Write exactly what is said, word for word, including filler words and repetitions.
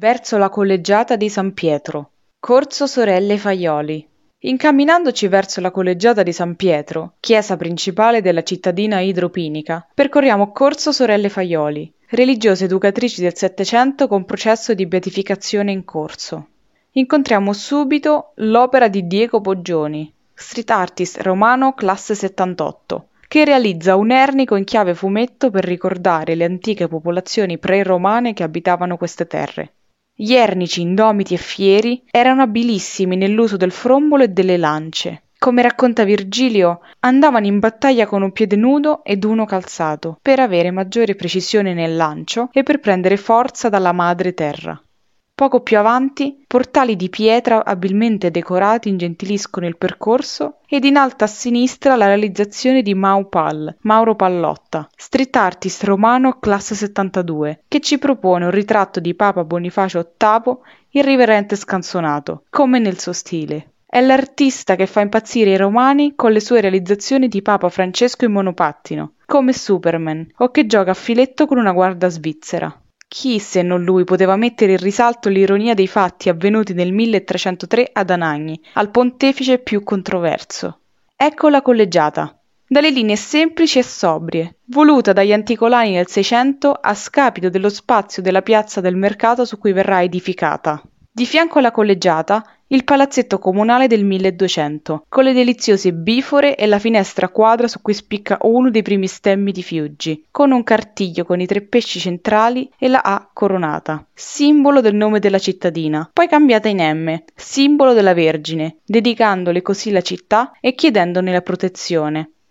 verso la collegiata di San Pietro. Corso Sorelle Faioli. Incamminandoci verso la collegiata di San Pietro, chiesa principale della cittadina idropinica, percorriamo Corso Sorelle Faioli, religiose educatrici del Settecento con processo di beatificazione in corso. Incontriamo subito l'opera di Diego Poggioni, street artist romano classe settantotto, che realizza un ernico in chiave fumetto per ricordare le antiche popolazioni pre-romane che abitavano queste terre. Gli ernici, indomiti e fieri, erano abilissimi nell'uso del frombolo e delle lance. Come racconta Virgilio, andavano in battaglia con un piede nudo ed uno calzato, per avere maggiore precisione nel lancio e per prendere forza dalla madre terra. Poco più avanti, portali di pietra abilmente decorati ingentiliscono il percorso ed in alto a sinistra la realizzazione di Mau Pal, Mauro Pallotta, street artist romano classe settantadue, che ci propone un ritratto di Papa Bonifacio ottavo irriverente e scanzonato, come nel suo stile. È l'artista che fa impazzire i romani con le sue realizzazioni di Papa Francesco in monopattino, come Superman, o che gioca a filetto con una guardia svizzera. Chi, se non lui, poteva mettere in risalto l'ironia dei fatti avvenuti nel milletrecentotre ad Anagni, al pontefice più controverso? Ecco la collegiata. Dalle linee semplici e sobrie, voluta dagli anticolani nel Seicento a scapito dello spazio della piazza del mercato su cui verrà edificata. Di fianco alla collegiata, il palazzetto comunale del milleduecento, con le deliziose bifore e la finestra quadra su cui spicca uno dei primi stemmi di Fiuggi, con un cartiglio con i tre pesci centrali e la A coronata, simbolo del nome della cittadina, poi cambiata in M, simbolo della Vergine, dedicandole così la città e chiedendone la protezione.